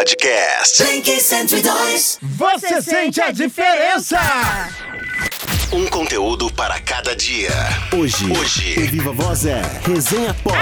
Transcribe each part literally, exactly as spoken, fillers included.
Podcast. Blink cento e dois. Você sente a diferença? Um conteúdo para cada dia. Hoje, Hoje. o Viva Voz é Resenha Pop.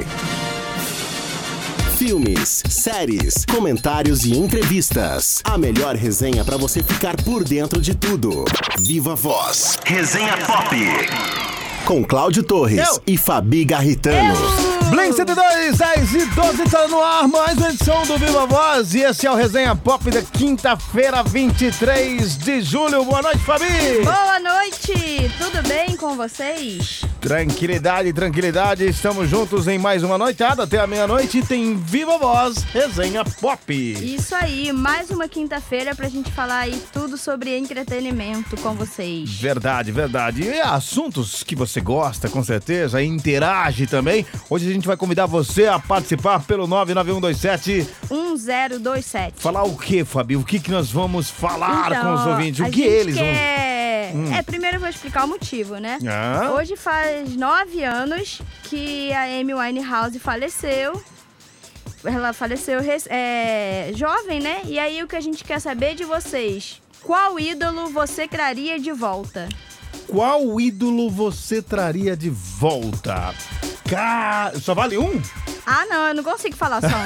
Filmes, séries, comentários e entrevistas. A melhor resenha para você ficar por dentro de tudo. Viva Voz. Resenha Pop. Com Cláudio Torres Eu. e Fabi Garritano. Blink cento e dois, dez e doze, tá no ar mais uma edição do Viva Voz. E esse é o Resenha Pop da quinta-feira, vinte e três de julho. Boa noite, Fabi. Boa noite, tudo bem com vocês? Tranquilidade, tranquilidade. Estamos juntos em mais uma noitada até a meia-noite. E tem Viva Voz, Resenha Pop. Isso aí, mais uma quinta-feira pra gente falar aí tudo sobre entretenimento com vocês. Verdade, verdade. E assuntos que você gosta, com certeza, interage também. Hoje a gente vai convidar você a participar pelo nove nove um dois sete. um zero dois sete. Falar o que, Fabi? O que, que nós vamos falar Então, com os ouvintes? O a que gente eles vão... quer... Hum. É, primeiro eu vou explicar o motivo, né? Ah. Hoje faz nove anos que a Amy Winehouse faleceu. Ela faleceu é, jovem, né? E aí o que a gente quer saber de vocês? Qual ídolo você traria de volta? Qual ídolo você traria de volta? Cara, só vale um? Ah, não, eu não consigo falar só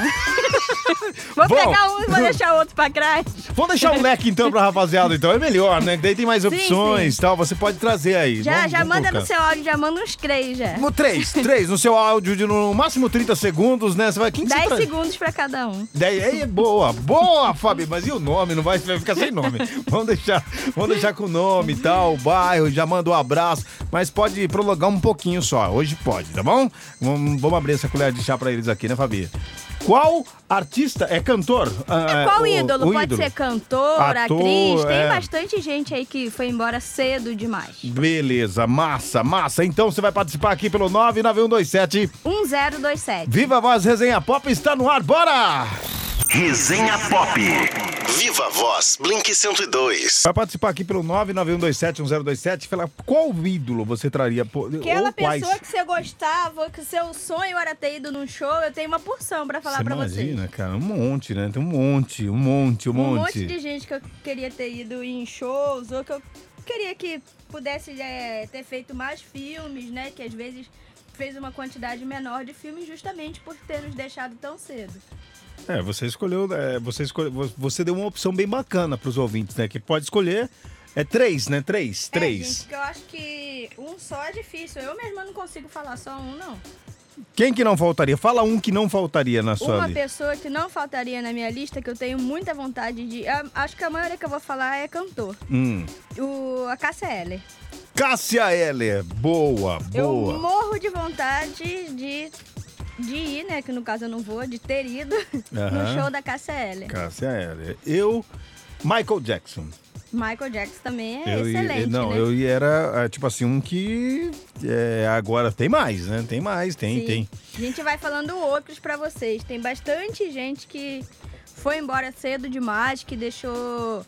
um. Vou Bom. pegar um e vou deixar outro pra trás. Vamos deixar um leque então pra rapaziada, então. É melhor, né? Daí tem mais Sim, opções e tal. Você pode trazer aí. Já, Vamos- já vamos manda colocar. no seu áudio, já manda uns três já. No três, três, no seu áudio de no máximo trinta segundos, né? Você vai... Quem que você dez traz? segundos pra cada um. dez, é boa, boa, Fabi, mas e o nome? Não vai, vai ficar sem nome. Vamos deixar, vamos deixar com o nome e tal, o bairro, já manda um abraço, mas pode prolongar um pouquinho só. Hoje pode, tá bom? Vamos, vamos abrir essa colher de chá pra eles aqui, né, Fabi? Qual artista é cantor? É, qual o, ídolo? o Pode ídolo? ser cantor, Ator, atriz. Tem é. bastante gente aí que foi embora cedo demais. Beleza, massa, massa. Então você vai participar aqui pelo nove nove um dois sete. um zero dois sete. Viva a Voz Resenha Pop está no ar, bora! Resenha Pop. Viva Voz, Blink cento e dois. Vai participar aqui pelo nove nove um dois sete um zero dois sete. Falar qual ídolo você traria? pô, Aquela ou quais? pessoa que você gostava, que seu sonho era ter ido num show, eu tenho uma porção pra falar Você pra vocês. imagina, cara, um monte, né? Tem um monte, um monte, um Um monte. monte de gente que eu queria ter ido em shows, ou que eu queria que pudesse é, ter feito mais filmes, né? Que às vezes fez uma quantidade menor de filmes justamente por ter nos deixado tão cedo. É, você escolheu, é, você escolheu, você deu uma opção bem bacana pros ouvintes, né? Que pode escolher, é três, né? Três, É, três. gente, que eu acho que um só é difícil. Eu mesma não consigo falar só um, não. Quem que não faltaria? Fala um que não faltaria na sua Uma lista. pessoa que não faltaria na minha lista, que eu tenho muita vontade de... a- Acho que a maioria que eu vou falar é cantor. Hum. O, a Cássia Eller. Cássia Eller, boa, Eu boa. morro de vontade de, de ir, né? Que no caso eu não vou, de ter ido Aham. no show da Cássia Eller. Cássia Eller. Eu, Michael Jackson. Michael Jackson também é eu, excelente, não, né? eu ia- era, é, tipo assim, um que é, agora tem mais, né? Tem mais, tem, Sim. tem. A gente vai falando outros pra vocês. Tem bastante gente que foi embora cedo demais, que deixou...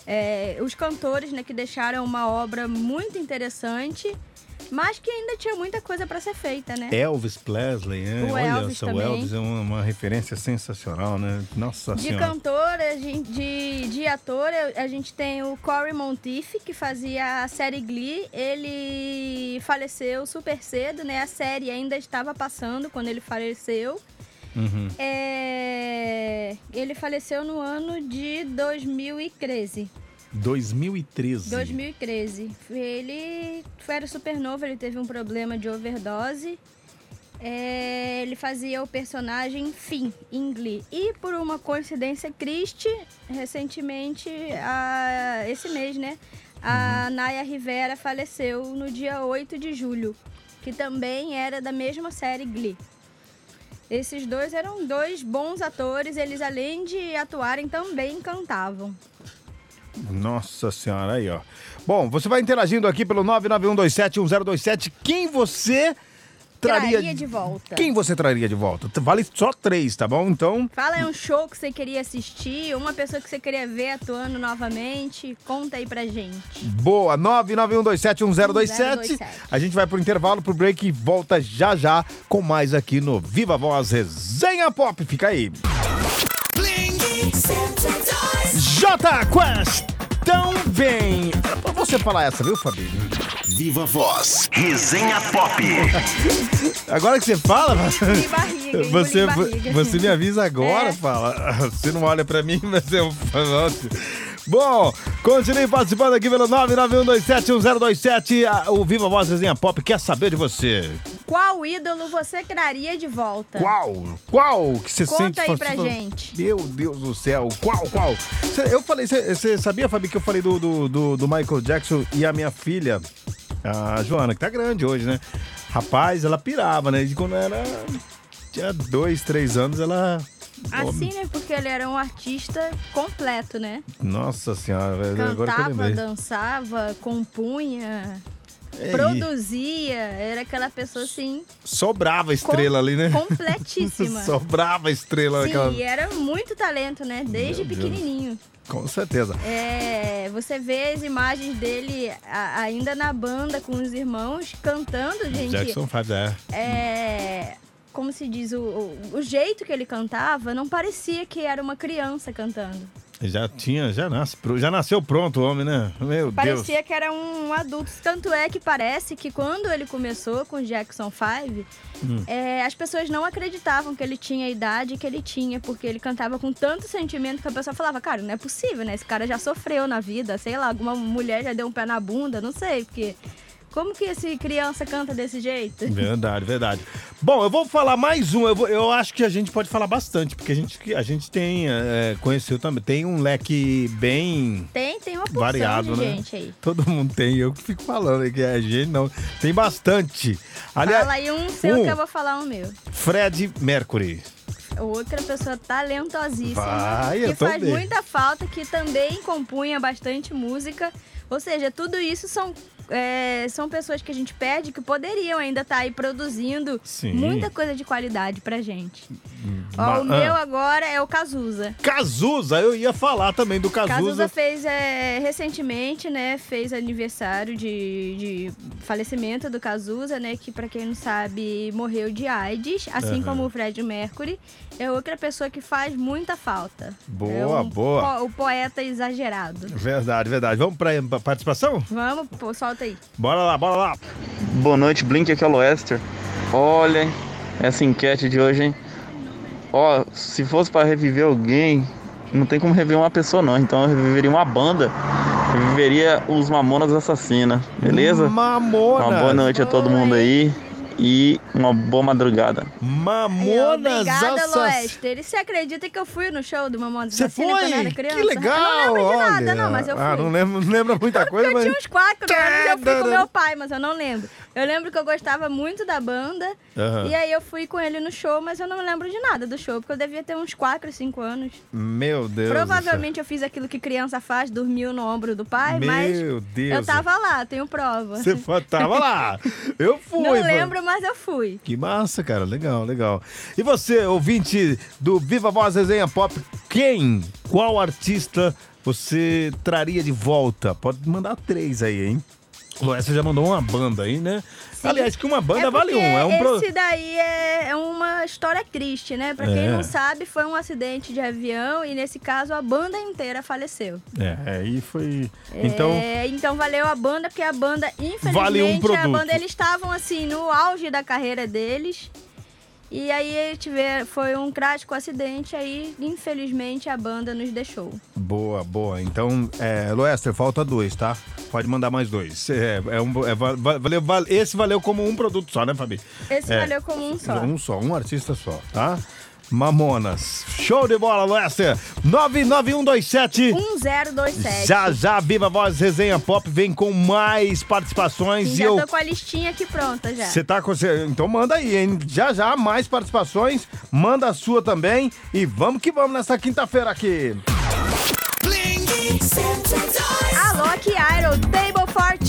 é, os cantores, né, que deixaram uma obra muito interessante, mas que ainda tinha muita coisa pra ser feita, né? Elvis Presley, né? O Olha Elvis só, o também. Elvis é uma, uma referência sensacional, né? Nossa De Senhora. cantor, a gente- de, de ator, a gente tem o Corey Monteith, que fazia a série Glee. Ele faleceu super cedo, né? A série ainda estava passando quando ele faleceu. Uhum. É, Ele faleceu no ano de dois mil e treze. dois mil e treze. dois mil e treze. Ele era super novo, ele teve um problema de overdose. É, ele fazia o personagem Finn em Glee. E por uma coincidência triste, recentemente, a- esse mês, né? A Naya Rivera faleceu no dia oito de julho, que também era da mesma série Glee. Esses dois eram dois bons atores, eles além de atuarem também cantavam. Nossa Senhora, aí, ó. Bom, você vai interagindo aqui pelo nove nove um dois sete um zero dois sete. Quem você traria... Traria de volta. Quem você traria de volta? Vale só três, tá bom? Então, Fala aí um show que você queria assistir, uma pessoa que você queria ver atuando novamente. Conta aí pra gente. boa, nove nove um dois sete um zero dois sete. A gente vai pro intervalo, pro break e volta já já com mais aqui no Viva Voz Resenha Pop. Fica aí. Blink J Quest, tão bem. Era pra você falar essa, viu, Fabinho? Viva Voz. Resenha Pop. Agora que você fala, De barriga, você, barriga. você me avisa agora, É. fala. Você não olha pra mim, mas eu falo. Bom, continue participando aqui pelo nove nove um dois sete um zero dois sete. O Viva Voz Resenha Pop quer saber de você. Qual ídolo você traria de volta? Qual? Qual que você Conta sente? aí você pra fala, gente. Meu Deus do céu, qual, qual? Cê- eu falei, você sabia, Fabi, que eu falei do, do, do, do Michael Jackson e a minha filha, a Joana, que tá grande hoje, né? Rapaz, ela pirava, né? De quando era... Tinha dois, três anos, ela... Assim, né? Porque ele era um artista completo, né? Nossa senhora, velho, agora que eu Cantava, lembrei. dançava, compunha, É, produzia. Era aquela pessoa, assim, sobrava estrela ali, né? completíssima. Sobrava estrela Sim, naquela... e era muito talento, né? Desde Meu Deus. pequenininho. Com certeza. É, você vê as imagens dele a- ainda na banda com os irmãos cantando, gente. Jackson Five, é. É, como se diz, o, o, o jeito que ele cantava não parecia que era uma criança cantando. Já tinha, já, nasce, já nasceu pronto o homem, né? Meu Deus. Parecia que era um adulto. Tanto é que parece que quando ele começou com o Jackson Five, Hum. é, as pessoas não acreditavam que ele tinha a idade que ele tinha, porque ele cantava com tanto sentimento que a pessoa falava, cara, não é possível, né? Esse cara já sofreu na vida, sei lá, alguma mulher já deu um pé na bunda, não sei, porque... Como que esse criança canta desse jeito? Verdade, verdade. Bom, eu vou falar mais um. Eu, vou- eu acho que a gente pode falar bastante, porque a gente, a gente tem, é, conheceu também, tem um leque bem Tem, tem uma porção variado, de né? gente aí. Todo mundo tem, eu que fico falando aí que é gente, não. Tem bastante. Aliás, Fala aí um seu um. que eu vou falar um meu. Fred Mercury. Outra pessoa talentosíssima, Vai, eu que faz também. muita falta, que também compunha bastante música. Ou seja, tudo isso são, é, são pessoas que a gente perde que poderiam ainda estar aí produzindo Sim. muita coisa de qualidade pra gente. Ma- Ó, o meu ah. agora é o Cazuza. Cazuza, eu ia falar também do Cazuza Cazuza. fez é, recentemente, né, fez aniversário de, de falecimento do Cazuza, né, que pra quem não sabe morreu de AIDS, assim Aham. como o Fred Mercury. É outra pessoa que faz muita falta. Boa, é um boa. po- o poeta exagerado. Verdade, verdade. Vamos pra, pra participação? Vamos, pô, solta aí. Bora lá, bora lá. Boa noite, Blink, aqui é o Lester. Olha, essa enquete de hoje, hein? Ó, se fosse pra reviver alguém, não tem como reviver uma pessoa não, então eu reviveria uma banda. Reviveria os Mamonas Assassina, beleza? Mamonas. Uma boa noite a todo mundo aí e uma boa madrugada. Mamonas Obrigada, Assassinas. Lester. E você acredita que eu fui no show do Mamonas Você Assassina quando eu foi? era criança? Que legal! Eu não lembro de nada, olha. não, mas eu fui. Ah, não lembro, não lembro muita coisa, Eu mas... tinha uns quatro anos, eu fui com meu pai, mas eu não lembro. Eu lembro que eu gostava muito da banda, Aham. e aí eu fui com ele no show, mas eu não lembro de nada do show, porque eu devia ter uns quatro, cinco anos. Meu Deus Provavelmente eu fiz aquilo que criança faz, dormiu no ombro do pai, Meu mas Deus. eu tava lá, tenho prova. Você foi- tava lá. Eu fui. Não mano. lembro, mas eu fui. Que massa, cara. Legal, legal. E você, ouvinte do Viva Voz Resenha Pop, quem, qual artista você traria de volta? Pode mandar três aí, hein? Você já mandou uma banda aí, né? Sim. Aliás, que uma banda é vale um. É um pro... esse daí é, é uma história triste, né? Pra quem É. não sabe, foi um acidente de avião e nesse caso a banda inteira faleceu. É, aí foi... Então, É, então valeu a banda, porque a banda, infelizmente, Vale um a produto. banda, eles estavam assim, no auge da carreira deles. E aí tiver, foi um trágico acidente, aí infelizmente a banda nos deixou. boa, boa. Então, é, Loester, falta dois, tá? Pode mandar mais dois. É, é um, é, va- va- valeu, val- esse valeu como um produto só, né, Fabi? Esse É. valeu como um só. Um só, um artista só, tá? Mamonas. Show de bola, Loester. nove nove um dois sete. um zero dois sete. Já, já, Viva Voz Resenha Pop vem com mais participações. Sim, e já eu... tô com a listinha aqui pronta já. Você tá com... cê- Então manda aí, hein? Já, já, mais participações. Manda a sua também. E vamos que vamos nessa quinta-feira aqui. Alô, aqui Iron, Table for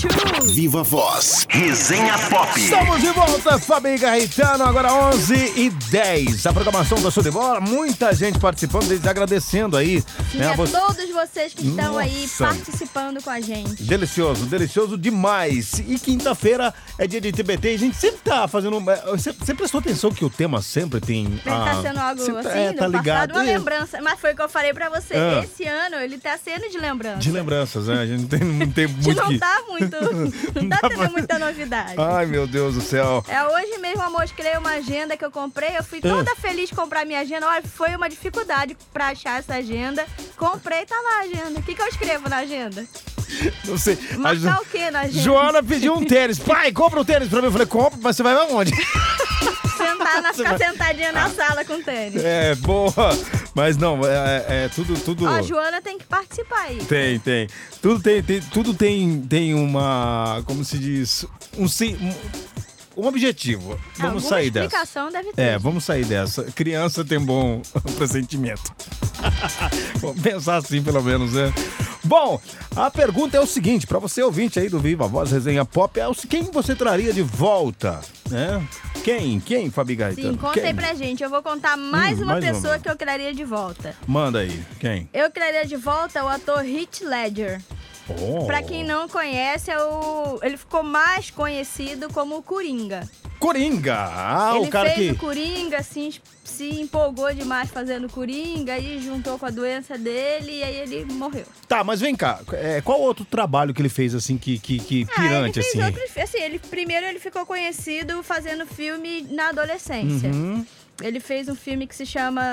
dois. Viva Voz. Resenha Pop. Estamos de volta, Fabi Garritano, agora onze e dez. A programação da Show de Bola, muita gente participando, eles agradecendo aí. Sim, né, a a você... todos vocês que estão aí Nossa. participando com a gente. Delicioso, delicioso demais. E quinta-feira é dia de T B T. A gente sempre tá fazendo. Você, você prestou atenção que o tema sempre tem. Ele tá sendo algo sempre, assim, é, do tá passado, ligado. uma É. lembrança. Mas foi o que eu falei pra você. Ah. Esse ano ele tá sendo de lembrança. De lembranças, né? A gente não tem, não tem A gente muito não que... tá muito. Não tá dá tendo pra- muita novidade. Ai, meu Deus do céu. É, hoje mesmo, amor, eu criei uma agenda que eu comprei. Eu fui toda feliz de comprar minha agenda. Olha, foi uma dificuldade pra achar essa agenda. Comprei, tá lá a agenda. O que, que eu escrevo na agenda? Não sei. A Marcar Jo- o quê na agenda? Joana pediu um tênis. Pai, compra um tênis pra mim. Eu falei, compra, mas você vai aonde? Sentar, na, ficar sentadinha na sala com tênis. É, boa. Mas não, é, é tudo, tudo... Ó, a Joana tem que participar aí. Tem, tem. Tudo tem, tem, tudo tem, tem uma, como se diz, um, sim- um, um objetivo. Vamos Alguma sair dessa. explicação deve ter. É, vamos sair dessa. Criança tem bom pressentimento. Vamos pensar assim, pelo menos, né? Bom, a pergunta é o seguinte, pra você ouvinte aí do Viva Voz Resenha Pop, é o, quem você traria de volta, né? Quem? Quem, Fabi Garritano? Sim, conta Quem? aí pra gente. Eu vou contar mais Hum, uma mais uma. pessoa que eu criaria de volta. Manda aí, quem? Eu criaria de volta o ator Heath Ledger. Oh. Pra quem não conhece, é o... ele ficou mais conhecido como o Coringa. Coringa! Ah, ele o cara fez que... o Coringa, se, se empolgou demais fazendo Coringa, aí juntou com a doença dele e aí ele morreu. Tá, mas vem cá, é, qual outro trabalho que ele fez, assim, que, que, que Ah, ele pirante, fez assim? outros... Assim, ele, primeiro ele ficou conhecido fazendo filme na adolescência. Uhum. Ele fez um filme que se chama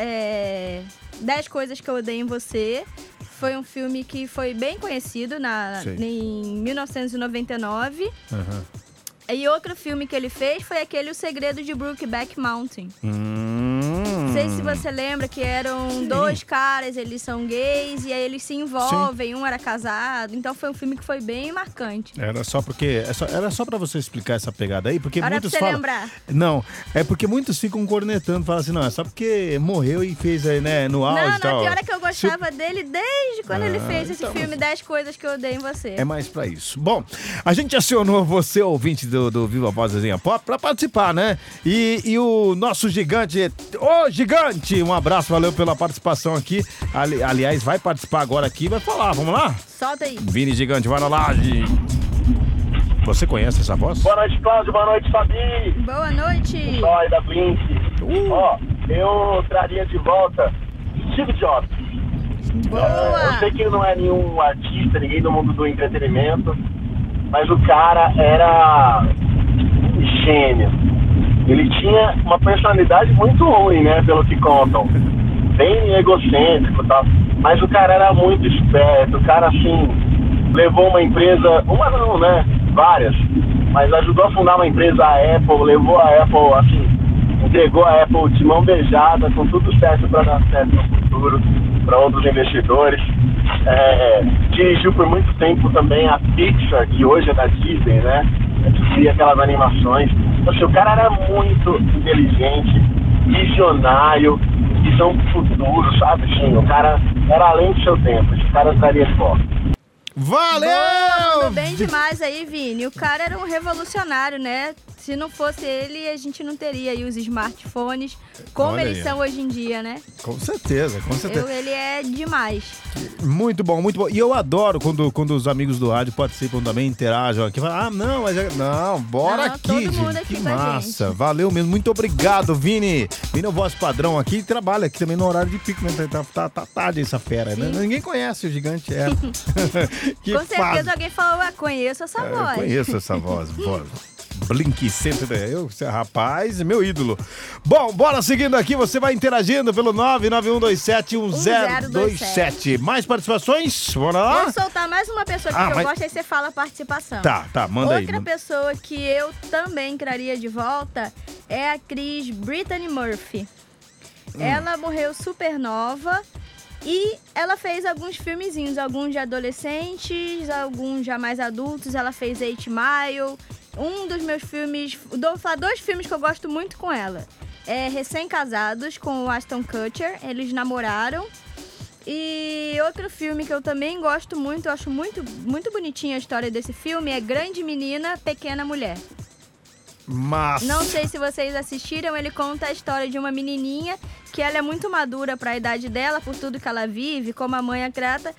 é, dez Coisas que Eu Odeio em Você. Foi um filme que foi bem conhecido na, Sei. em mil novecentos e noventa e nove. Uhum. E outro filme que ele fez foi aquele O Segredo de Brokeback Mountain. Hum. Não sei se você lembra que eram Sim. dois caras, eles são gays e aí eles se envolvem, um era casado. Então foi um filme que foi bem marcante. Era só porque... é só- era só pra você explicar essa pegada aí, porque Era muitos pra você falam... lembrar. Não, é porque muitos ficam cornetando, falam assim, não, é só porque morreu e fez aí, né, no auge Não, e tal. não, pior é que eu gostava dele desde quando Ah, ele fez esse então, filme dez Coisas que Eu Odeio em Você. É mais pra isso. Bom, a gente acionou você, ouvinte do, do Viva Voz Resenha Pop, pra participar, né? E, e o nosso gigante, ô gigante, um abraço, valeu pela participação aqui. Ali, aliás, vai participar agora aqui, vai falar, vamos lá? Solta aí. Vini Gigante, vai na laje. Você conhece essa voz? Boa noite, Cláudio. Boa noite, Fabi. Boa noite. Pessoal da Blink. Ó, eu traria de volta Steve Jobs. Eu Boa. sei que ele não é nenhum artista, ninguém do mundo do entretenimento, mas o cara era um gênio. Ele tinha uma personalidade muito ruim, né, pelo que contam. Bem egocêntrico e tal. Mas o cara era muito esperto. O cara, assim, levou uma empresa... Uma não, né? Várias. Mas ajudou a fundar uma empresa, a Apple. Levou a Apple, assim... Entregou a Apple de mão beijada, com tudo certo para dar certo no futuro, para outros investidores. É, dirigiu por muito tempo também a Pixar, que hoje é da Disney, né? Fazia aquelas animações. Então, assim, o cara era muito inteligente, visionário, visão do futuro, sabe? Assim, o cara era além do seu tempo. Esse cara estaria de volta. Valeu! Boa, mandou bem demais aí, Vini. O cara era um revolucionário, né? Se não fosse ele, a gente não teria aí os smartphones como Olha eles aí. são hoje em dia, né? Com certeza, com certeza. Eu, ele é demais. Muito bom, muito bom. E eu adoro quando, quando os amigos do rádio participam também, interagem aqui. Falam, ah, não, mas... é- Não, bora Não, aqui, todo gente. mundo aqui Que com a massa. gente. Valeu mesmo. Muito obrigado, Vini. Vini é o voz padrão aqui e trabalha aqui também no horário de pico, né? Tá, tá, tá tarde essa fera, né? Ninguém conhece o gigante, é. Que Com fase. certeza alguém falou, ah, conheço essa É, eu voz. conheço essa voz. voz. Blink cento e dez. Eu, rapaz, meu ídolo. Bom, bora seguindo aqui. Você vai interagindo pelo nove nove um dois sete um zero dois sete. Mais participações? Bora lá? Vou soltar mais uma pessoa aqui Ah, que mas- eu gosto, aí você fala a participação. Tá, tá, manda Outra aí. pessoa que eu também criaria de volta é a atriz Brittany Murphy. Hum. Ela morreu super nova e ela fez alguns filmezinhos, alguns de adolescentes, alguns já mais adultos. Ela fez Eight Mile. Um dos meus filmes, vou falar dois filmes que eu gosto muito com ela. É Recém-Casados, com o Ashton Kutcher. Eles namoraram. E outro filme que eu também gosto muito, eu acho muito, muito bonitinha a história desse filme, é Grande Menina, Pequena Mulher. Mas... Não sei se vocês assistiram, ele conta a história de uma menininha que ela é muito madura para a idade dela, por tudo que ela vive, como a mãe a trata.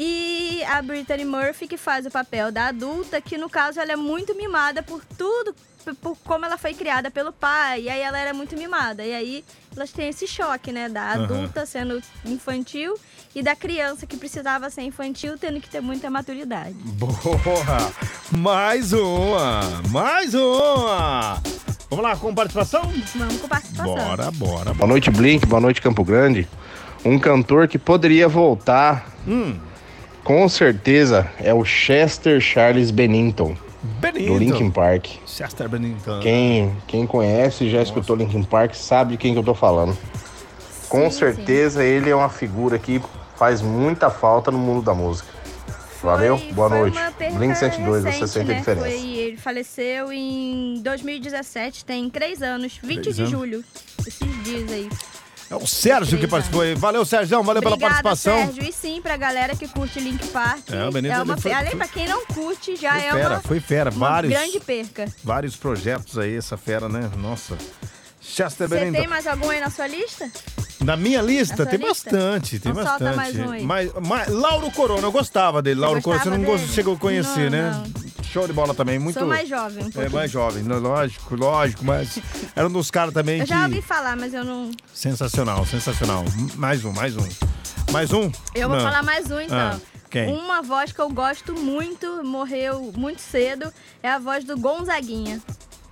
E a Brittany Murphy, que faz o papel da adulta, que no caso ela é muito mimada por tudo, por como ela foi criada pelo pai. E aí ela era muito mimada. E aí elas têm esse choque, né? Da adulta uhum. sendo infantil e da criança que precisava ser infantil tendo que ter muita maturidade. Boa! Mais uma! Mais uma! Vamos lá, com participação? Vamos com participação. Bora, bora. Boa noite, Blink. Boa noite, Campo Grande. Um cantor que poderia voltar... Hum. Com certeza é o Chester Charles Bennington, Bennington. do Linkin Park. Chester Bennington. Quem, quem conhece e já Nossa. escutou Linkin Park sabe de quem que eu tô falando. Com sim, certeza sim. Ele é uma figura que faz muita falta no mundo da música. Valeu, foi, boa foi noite. Blink cento e dois, recente, você sente né? a diferença. Foi, ele faleceu em dois mil e dezessete, tem três anos, vinte três de anos. julho, esses dias aí. É o Sérgio que participou aí. Valeu, Sérgio, valeu Obrigada, pela participação. Sérgio. E sim, pra galera que curte Linkin Park. É, o Benito, é uma ele foi- Além foi- pra quem não curte, já Foi é fera, uma, foi fera. uma Vários, grande perca. vários projetos aí, essa fera, né? Nossa. Chester Você Bennington. tem mais algum aí na sua lista? Na minha lista, Na sua tem lista? bastante, tem Então solta bastante. mais um aí. Mas, mas, Lauro Corona, eu gostava dele. Você Lauro Corona, você gostava não gost- dele? chegou a conhecer, Não, né? não. Show de bola também, muito... Sou mais jovem um É, pouquinho. mais jovem, né? lógico, lógico, mas era um dos caras também Eu que... já ouvi falar, mas eu não... Sensacional, sensacional. Mais um, mais um. Mais um? Eu vou Não. falar mais um, então. Ah, quem? Uma voz que eu gosto muito, morreu muito cedo, é a voz do Gonzaguinha.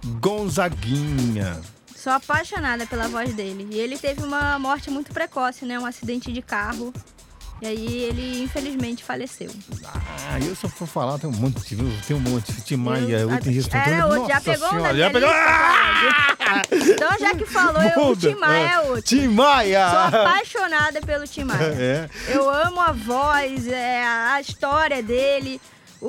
Gonzaguinha. Sou apaixonada pela voz dele. E ele teve uma morte muito precoce, né? Um acidente de carro. E aí ele, infelizmente, faleceu. Ah, eu só for falar, tem um monte, viu? Tem um monte. Tim Maia, Eu- Whitney Houston. Era outro, já Nossa pegou um senhora, da já minha pegou. lista, Então, já que falou, eu, o Muda. Tim Maia é outro. Tim Maia! Sou apaixonada pelo Tim Maia. É. Eu amo a voz, é, a história dele, o,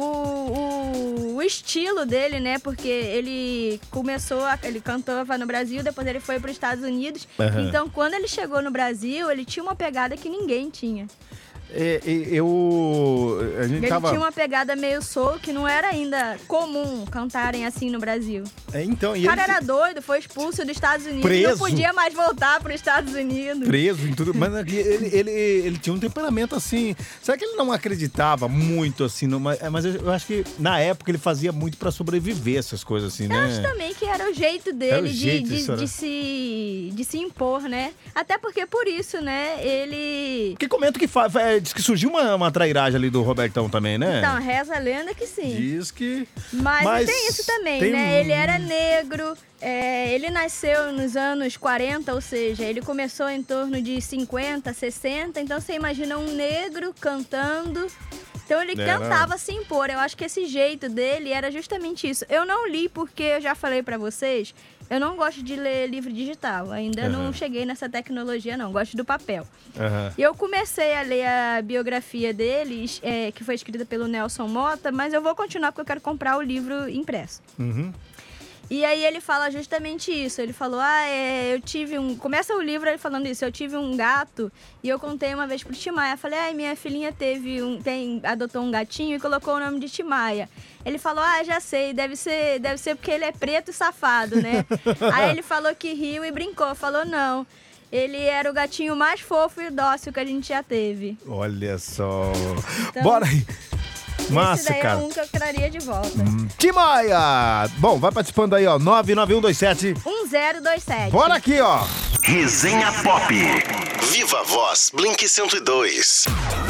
o, o estilo dele, né? Porque ele começou, a, ele cantava no Brasil, depois ele foi para os Estados Unidos. Uhum. Então, quando ele chegou no Brasil, ele tinha uma pegada que ninguém tinha. É, é, eu. A gente Ele tava. tinha uma pegada meio soul que não era ainda comum cantarem assim no Brasil. É, então, e O cara ele era doido, foi expulso dos Estados Unidos, Preso. não podia mais voltar para os Estados Unidos. preso em tudo. Mas ele, ele, ele, ele tinha um temperamento assim. Será que ele não acreditava muito assim? Numa, é, mas eu, eu acho que na época ele fazia muito pra sobreviver essas coisas assim, Eu né? acho também que era o jeito Era dele o de, jeito de, disso, né? de se, de se impor, né? Até porque por isso, né, ele... Porque comenta que fa- fa- diz que surgiu uma, uma trairagem ali do Robertão também, né? Então, reza a lenda que sim. Diz que. Mas, Mas tem isso também, tem né? um- Ele era negro, é, ele nasceu nos anos quarenta, ou seja, ele começou em torno de cinquenta, sessenta, então você imagina um negro cantando. Então ele Era. tentava se impor. Eu acho que esse jeito dele era justamente isso. Eu não li porque eu já falei pra vocês, eu não gosto de ler livro digital. Ainda Uhum. não cheguei nessa tecnologia, não. Gosto do papel. Aham. Eu comecei a ler a biografia deles, é, que foi escrita pelo Nelson Mota, mas eu vou continuar porque eu quero comprar o livro impresso. Uhum. E aí ele fala justamente isso. Ele falou, ah, é, eu tive um... Começa o livro ele falando isso. Eu tive um gato e eu contei uma vez pro Timaya. Eu falei, ai, minha filhinha teve um... Tem, adotou um gatinho e colocou o nome de Timaya. Ele falou, ah, já sei, deve ser, deve ser porque ele é preto e safado, né? Aí ele falou que riu e brincou. Falou, não. Ele era o gatinho mais fofo e dócil que a gente já teve. Olha só. Então, Bora aí. Esse Massa, daí cara. é um que eu traria de volta. Tim Maia! Bom, vai participando aí, ó. nove nove um dois sete. um zero dois sete. Bora aqui, ó. Resenha Pop. Viva Voz Blink cento e dois.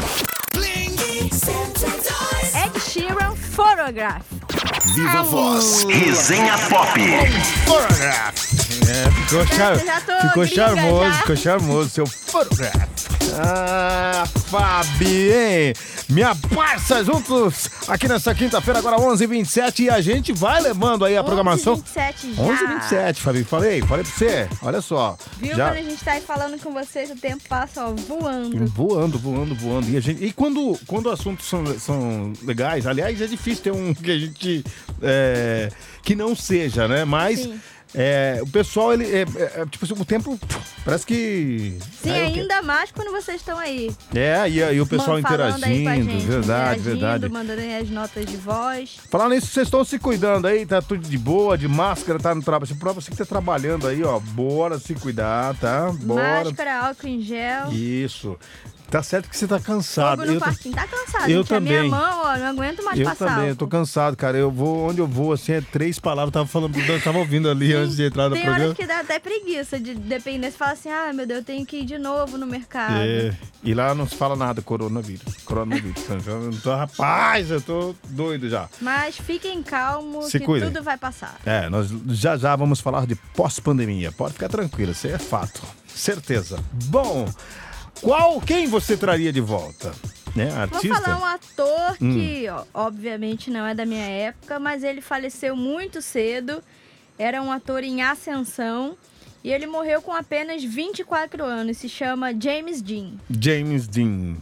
Ed Sheeran, Photograph. Viva Voz. Resenha Pop. É, ficou, char... já tô ficou gringa charmoso, já. ficou charmoso, seu photograph. Ah, Fabi, hein? Minha parça, juntos aqui nessa quinta-feira, agora onze e vinte e sete, e a gente vai levando aí a programação. onze e vinte e sete já. onze e vinte e sete, Fabi, falei, falei pra você, olha só. Viu? já... Quando a gente tá aí falando com vocês, o tempo passa, ó, voando. Voando, voando, voando. E, a gente, e quando, quando assuntos são, são legais, aliás, é difícil ter um que a gente. É, que não seja, né? Mas Sim. É, o pessoal, ele, é, é, tipo assim, o tempo parece que... Sim, ainda mais quando vocês estão aí. É, e, e o pessoal interagindo, interagindo, verdade, interagindo, verdade. mandando aí as notas de voz. Falando nisso, vocês estão se cuidando aí, tá tudo de boa, de máscara, tá no trabalho. Pra você que tá trabalhando aí, ó, bora se cuidar, tá? Bora. Máscara, álcool em gel. Isso. Tá certo que você tá cansado. Fogo no eu parquinho, tá cansado. Eu gente, também. A minha mão, ó, não aguento mais eu passar. Eu também, álcool. eu tô cansado, cara. Eu vou, onde eu vou, assim, é três palavras. Tava falando, eu tava ouvindo ali Sim, antes de entrar no tem programa. Tem horas que dá até preguiça de depender. Você fala assim, ah, meu Deus, eu tenho que ir de novo no mercado. É, e lá não se fala nada, coronavírus. Coronavírus. Eu tô, rapaz, eu tô doido já. Mas fiquem calmos, se que cuidem. tudo vai passar. É, nós já já vamos falar de pós-pandemia. Pode ficar tranquilo, isso aí é fato. Certeza. Bom, qual, quem você traria de volta? Né, artista? Vou falar um ator hum. que, ó, obviamente, não é da minha época, mas ele faleceu muito cedo. Era um ator em ascensão e ele morreu com apenas vinte e quatro anos. Se chama James Dean. James Dean.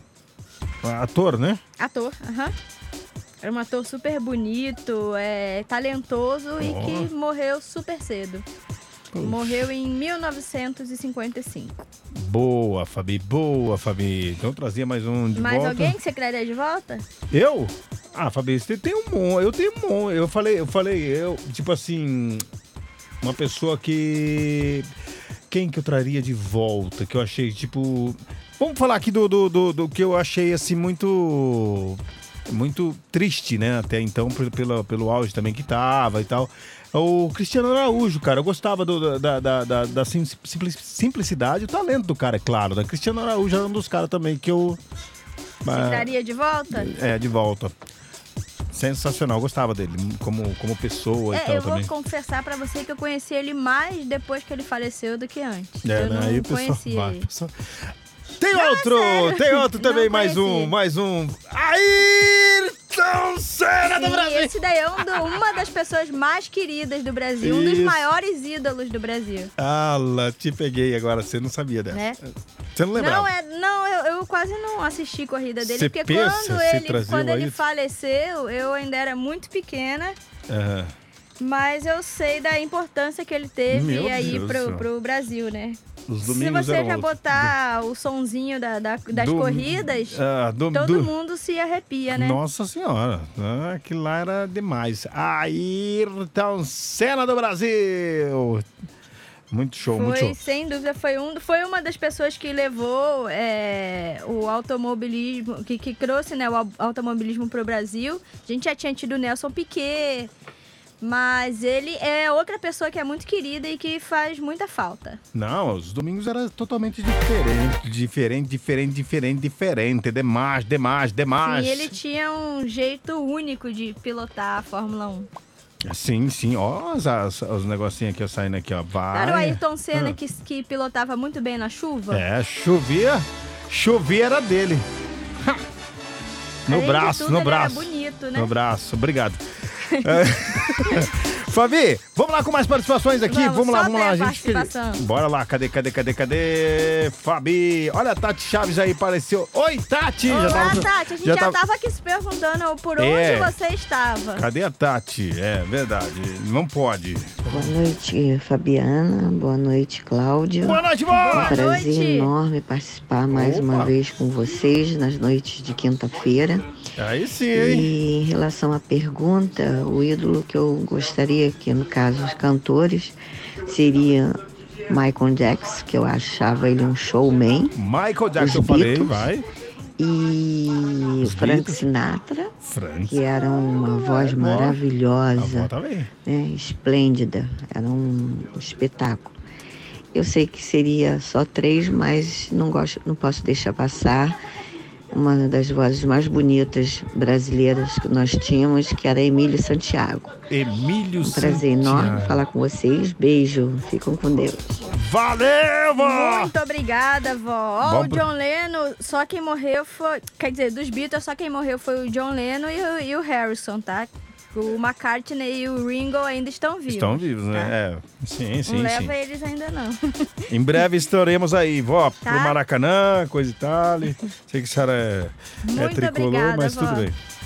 Ator, né? Ator, aham. Uh-huh. Era um ator super bonito, é, talentoso oh. e que morreu super cedo. Puxa. Morreu em mil novecentos e cinquenta e cinco. Boa, Fabi, boa, Fabi. Então trazia mais um de mais volta. Mais alguém que você queria de volta? Eu? Ah, Fabi, você tem um monte. Eu tenho um monte. Eu falei, eu falei, eu, tipo assim, uma pessoa que... Quem que eu traria de volta? Que eu achei, tipo... Vamos falar aqui do, do, do, do que eu achei, assim, muito... Muito triste, né? Até então, pelo, pelo auge também que tava e tal. O Cristiano Araújo, cara, eu gostava do, da, da, da, da simplicidade, o talento do cara, é claro, né? Cristiano Araújo era um dos caras também que eu... Você ah, traria de volta? É, de volta. Sensacional, eu gostava dele como, como pessoa é, e tal eu também. Eu vou confessar pra você que eu conheci ele mais depois que ele faleceu do que antes. É, eu né? não Aí conhecia pessoal, ele. Pessoal... Tem não, outro, é tem outro também, não mais conheci. um, mais um. Ayrton Senna do Brasil! Esse daí é um do, uma das pessoas mais queridas do Brasil, Isso. um dos maiores ídolos do Brasil. Ah, lá, te peguei agora, você não sabia dessa. Né? Você não lembrava? Não, é, não eu, eu quase não assisti corrida dele, Cê porque pensa, quando ele, quando ele faleceu, eu ainda era muito pequena. Uhum. Mas eu sei da importância que ele teve Meu aí Deus pro, pro Brasil, né? Os Se você já botar do... o sonzinho da, da, das do... corridas, ah, do... todo do... mundo se arrepia, né? Nossa Senhora, ah, aquilo lá era demais. Ayrton Senna do Brasil! Muito show, foi, muito show. Sem dúvida, foi, um, foi uma das pessoas que levou é, o automobilismo, que, que trouxe, né, o automobilismo pro Brasil. A gente já tinha tido o Nelson Piquet, mas ele é outra pessoa que é muito querida e que faz muita falta. Não, os domingos era totalmente diferente, diferente, diferente, diferente, diferente, demais, demais, demais. Sim, ele tinha um jeito único de pilotar a Fórmula um. Sim, sim, ó, os, os, os negocinhos aqui, ó, saindo aqui, ó, vai. Era o Ayrton Senna ah. que, que pilotava muito bem na chuva? É, chovia, chovia era dele. No Além braço, tudo, no ele braço. Era bonito, né? No braço, obrigado. É. Fabi, vamos lá com mais participações aqui. Vamos, vamos lá, vamos lá. A gente... Bora lá, cadê, cadê, cadê, cadê? Fabi, olha a Tati Chaves aí, apareceu. Oi, Tati! Olá, já tava... Tati, a gente já, já tava... tava aqui se perguntando por é. onde você estava. Cadê a Tati? É verdade, não pode. Boa noite, Fabiana. Boa noite, Cláudio. Boa noite, boa! É um prazer noite. enorme participar mais Opa. uma vez com vocês nas noites de quinta-feira. Aí sim, hein? E em relação à pergunta, o ídolo que eu gostaria, que no caso os cantores, seria Michael Jackson, que eu achava ele um showman. Michael Jackson, eu falei, vai. E os Frank Beatles. Sinatra, Frank. que era uma voz é, maravilhosa, a tá né, esplêndida, era um espetáculo. Eu sei que seria só três, mas não, gosto, não posso deixar passar uma das vozes mais bonitas brasileiras que nós tínhamos, que era Emílio Santiago. Emílio um prazer Santiago. enorme falar com vocês. Beijo, ficam com Deus. Valeu, vó! Muito obrigada, vó. Ó, o John Lennon, só quem morreu foi... Quer dizer, dos Beatles, só quem morreu foi o John Lennon e o, e o Harrison, tá? O McCartney e o Ringo ainda estão vivos. Estão vivos, tá? né? É. Sim, sim, não leva sim. eles ainda não. Em breve estaremos aí, vó, tá? pro Maracanã, coisa e tal. Sei que a senhora é, é tricolor, obrigada, mas vó. tudo bem.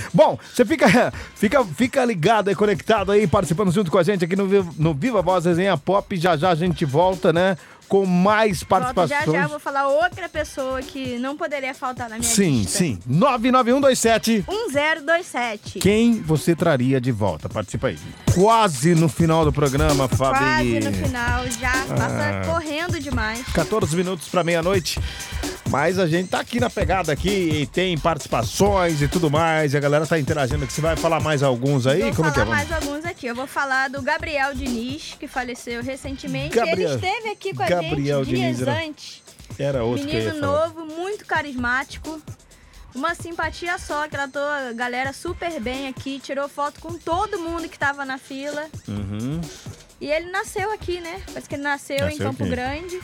Bom, você fica, fica, fica ligado aí, conectado aí, participando junto com a gente aqui no, no Viva Voz Resenha Pop. Já já a gente volta, né? Com mais participações. Já já vou falar outra pessoa que não poderia faltar na minha sim, lista. Sim, sim. nove nove um dois sete um zero dois sete. Quem você traria de volta? Participa aí. Quase no final do programa, Fabi. Quase no final, já passa ah, correndo demais. quatorze minutos para meia-noite. Mas a gente tá aqui na pegada aqui e tem participações e tudo mais. E a galera tá interagindo aqui. Você vai falar mais alguns aí? Vou Como falar que é? mais alguns aqui. Eu vou falar do Gabriel Diniz, que faleceu recentemente. Gabriel, ele esteve aqui com a Gabriel gente dias Diniz era, antes. Era outro Menino que eu ia falar. novo, muito carismático. Uma simpatia só, tratou a galera super bem aqui. Tirou foto com todo mundo que tava na fila. Uhum. E ele nasceu aqui, né? Parece que ele nasceu, nasceu em Campo aqui. Grande.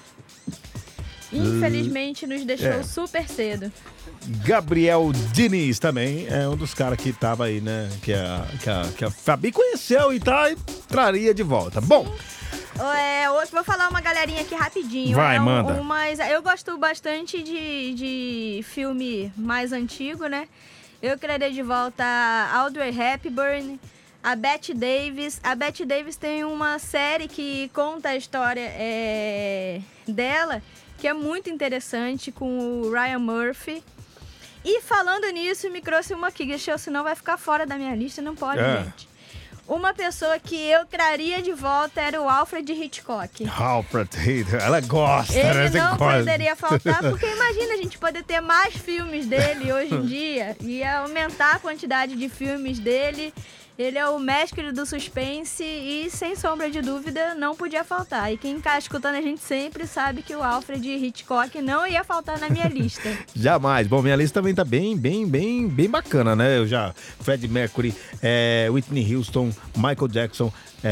Infelizmente nos deixou é. super cedo. Gabriel Diniz também é um dos caras que tava aí, né? Que a, que a, que a Fabi conheceu e tá, e traria de volta. Bom. É, hoje vou falar uma galerinha aqui rapidinho. Vai, é um, manda. Umas, eu gosto bastante de, de filme mais antigo, né? Eu queria de volta a Audrey Hepburn, a Bette Davis. A Bette Davis tem uma série que conta a história é, dela, que é muito interessante, com o Ryan Murphy. E falando nisso, me trouxe uma aqui, que senão vai ficar fora da minha lista, não pode, é. gente. Uma pessoa que eu traria de volta era o Alfred Hitchcock. Alfred Hitchcock, ela gosta, Ele né? Ele não gosta. poderia faltar, porque imagina a gente poder ter mais filmes dele hoje em dia. Ia aumentar a quantidade de filmes dele. Ele é o mestre do suspense e, sem sombra de dúvida, não podia faltar. E quem está escutando a gente sempre sabe que o Alfred Hitchcock não ia faltar na minha lista. Jamais. Bom, minha lista também tá bem, bem, bem, bem bacana, né? Eu já... Freddie Mercury, é, Whitney Houston, Michael Jackson,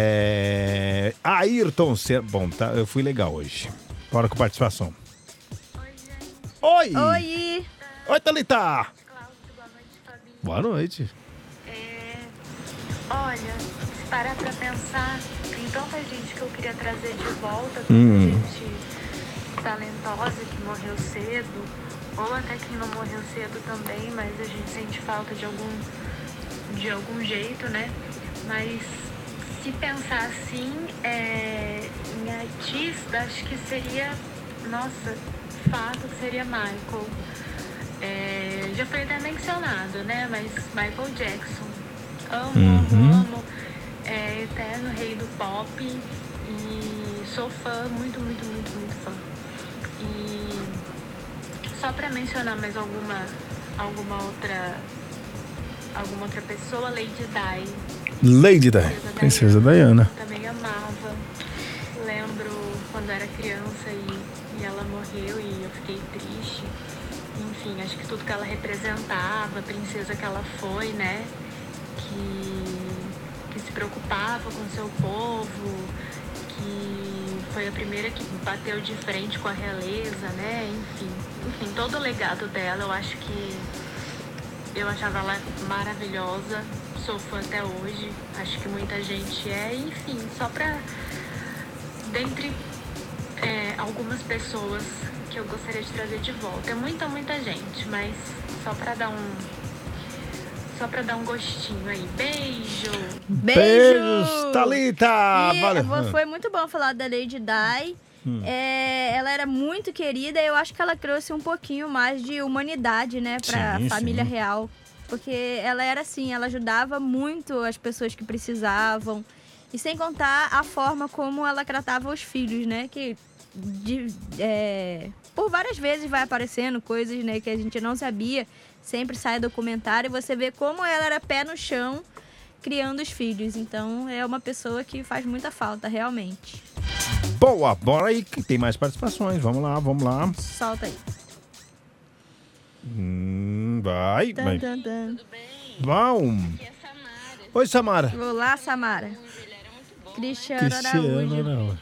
é, Ayrton Senna. Bom, tá, eu fui legal hoje. Bora com participação. Oi, gente. Oi! Oi! Oi, Thalita! Cláudio, boa noite, Fabi. Boa noite. Olha, se parar pra pensar, tem tanta gente que eu queria trazer de volta, tanta hum. gente talentosa que morreu cedo, ou até quem não morreu cedo também, mas a gente sente falta de algum, de algum jeito, né? Mas se pensar assim, é, em artista, acho que seria, nossa, fato seria Michael. É, já foi até mencionado, né? Mas Michael Jackson. Amo, uhum. amo, amo. É eterno rei do pop e sou fã, muito, muito, muito, muito fã. E só pra mencionar mais alguma, alguma outra, alguma outra pessoa, Lady Di. Lady Di, Princesa Diana. Também amava. Lembro quando era criança e, e ela morreu e eu fiquei triste. Enfim, acho que tudo que ela representava, a princesa que ela foi, né? Que, que se preocupava com seu povo, que foi a primeira que bateu de frente com a realeza, né? Enfim, enfim, todo o legado dela, eu acho que eu achava ela maravilhosa, sou fã até hoje, acho que muita gente é, enfim, só pra, dentre é, algumas pessoas que eu gostaria de trazer de volta, é muita, muita gente, mas só pra dar um Só pra dar um gostinho aí. Beijo! Beijo! Beijos, Thalita! E Valeu. Foi muito bom falar da Lady Di. Hum. É, ela era muito querida e eu acho que ela trouxe um pouquinho mais de humanidade, né, pra sim, família sim. real. Porque ela era assim, ela ajudava muito as pessoas que precisavam. E sem contar a forma como ela tratava os filhos, né, que de, é, por várias vezes vai aparecendo coisas, né, que a gente não sabia. Sempre sai documentário e você vê como ela era pé no chão criando os filhos. Então é uma pessoa que faz muita falta, realmente. Boa, bora aí que tem mais participações. Vamos lá, vamos lá. Solta aí. Hum, vai, tan, vai. Tan, tan. Tudo bem? Bom. Aqui é Samara. Oi, Samara. Olá, Samara. Ele era muito bom. Cristiano, Cristiano Araújo. Araújo.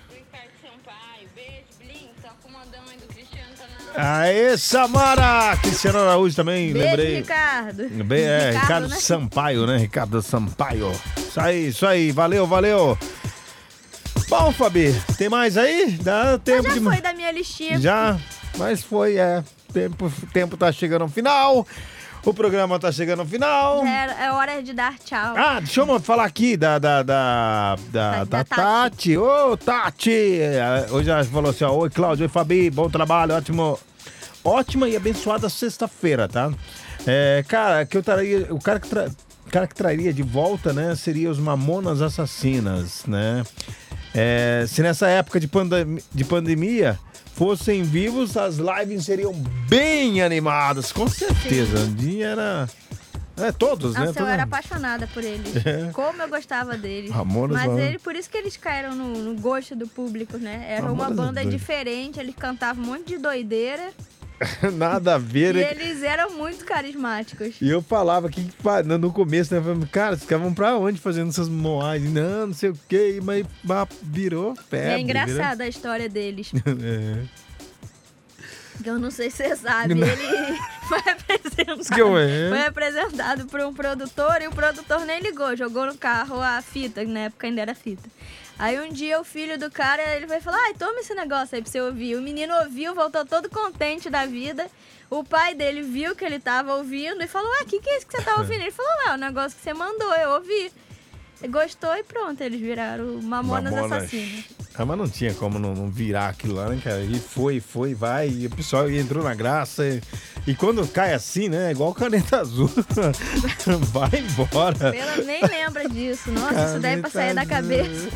Tá Aê, Samara! Cristiano Araújo também, Beijo, lembrei. Ricardo. Bem, é, Ricardo, Ricardo né? Sampaio, né? Ricardo Sampaio. Isso aí, isso aí. Valeu, valeu. Bom, Fabi, tem mais aí? Dá tempo já de... foi da minha listinha. Já, mas foi, é. Tempo, tempo tá chegando ao final. O programa tá chegando ao final. Já era- é hora de dar tchau. Ah, deixa eu falar aqui da, da, da, da, Da- da da Tati. Ô, Tati! É, hoje ela falou assim, ó, oi, Cláudio, oi, Fabi, bom trabalho, ótimo. Ótima e abençoada sexta-feira, tá? É, cara, que eu traria, o cara que, tra, cara que traria de volta, né, seria os Mamonas Assassinas, né? É, se nessa época de, pandem de pandemia fossem vivos, as lives seriam bem animadas, com certeza. O dia era... É, todos, né? Nossa, eu Todo- era apaixonada por eles. É. Como eu gostava deles. Ramonas, Mas mano. ele, por isso que eles caíram no, no gosto do público, né? Era uma Ramonas é banda doido. diferente, eles cantavam um monte de doideira. Nada a ver, E né? eles eram muito carismáticos. E eu falava que no no começo, né? eu falava, cara, vocês ficavam pra onde fazendo essas moagens? Não, não sei o quê, mas mas virou febre. É engraçada a história deles. virou- É. Que eu não sei se você sabe. Não. Ele foi apresentado, Que eu é? foi apresentado por um produtor e o produtor nem ligou. Jogou no carro a fita, que na época ainda era fita. Aí um dia o filho do cara, ele vai falar, ai, toma esse negócio aí pra você ouvir. O menino ouviu, voltou todo contente da vida. O pai dele viu que ele tava ouvindo e falou, ah, o que, que é isso que você tá ouvindo? Ele falou, ah, o negócio que você mandou, eu ouvi. Ele gostou e pronto, eles viraram Mamonas, Mamonas. Assassinas. Ah, mas não tinha como não, não virar aquilo lá, né, cara? E foi, foi, vai, e o pessoal entrou na graça. E, e quando cai assim, né? Igual caneta azul. Vai embora. Ela nem lembra disso. Nossa, isso daí é pra sair da cabeça.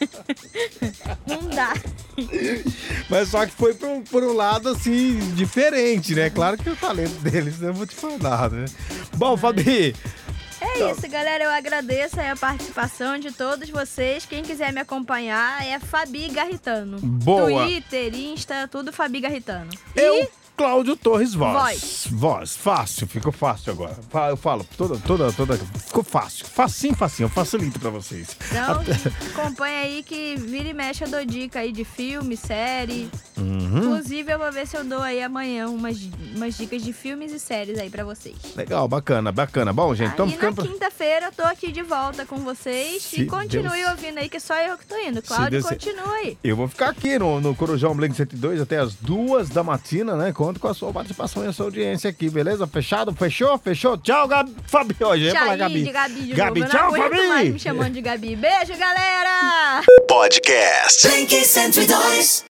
Não dá. Mas só que foi por, por um lado, assim, diferente, né? Claro que o talento deles, né? Eu vou te falar, né? Bom, Fabi... É isso, galera. Eu agradeço aí a participação de todos vocês. Quem quiser me acompanhar é Fabi Garritano. Boa. Twitter, Insta, tudo Fabi Garritano. Eu, Cláudio Torres Voz. Voz. Voz. Fácil, ficou fácil agora. Fa- Eu falo, toda, toda, toda. Ficou fácil. Facinho, facinho. Eu facilito pra vocês. Então, Até- acompanha aí que vira e mexe eu dou dica aí de filme, série. Uhum. Inclusive, eu vou ver se eu dou aí amanhã umas, umas dicas de filmes e séries aí pra vocês. Legal, bacana, bacana. Bom, gente, então Aí na ficando. por- quinta-feira eu tô aqui de volta com vocês. Se e continue Deus- ouvindo aí, que só eu que tô indo. Cláudio, Deus- continua aí. Eu vou ficar aqui no, no Corujão Blink cento e dois até as duas da matina, né? Conto com a sua participação e a sua audiência aqui, beleza? Fechado? Fechou? Fechou? Tchau, Gabi. Fabi. Hoje ia falar Gabi. de Gabi de Gabi, novo. Eu tchau, não aguento Fabi. mais me chamando de Gabi. Beijo, galera! Podcast. Blink cento e dois.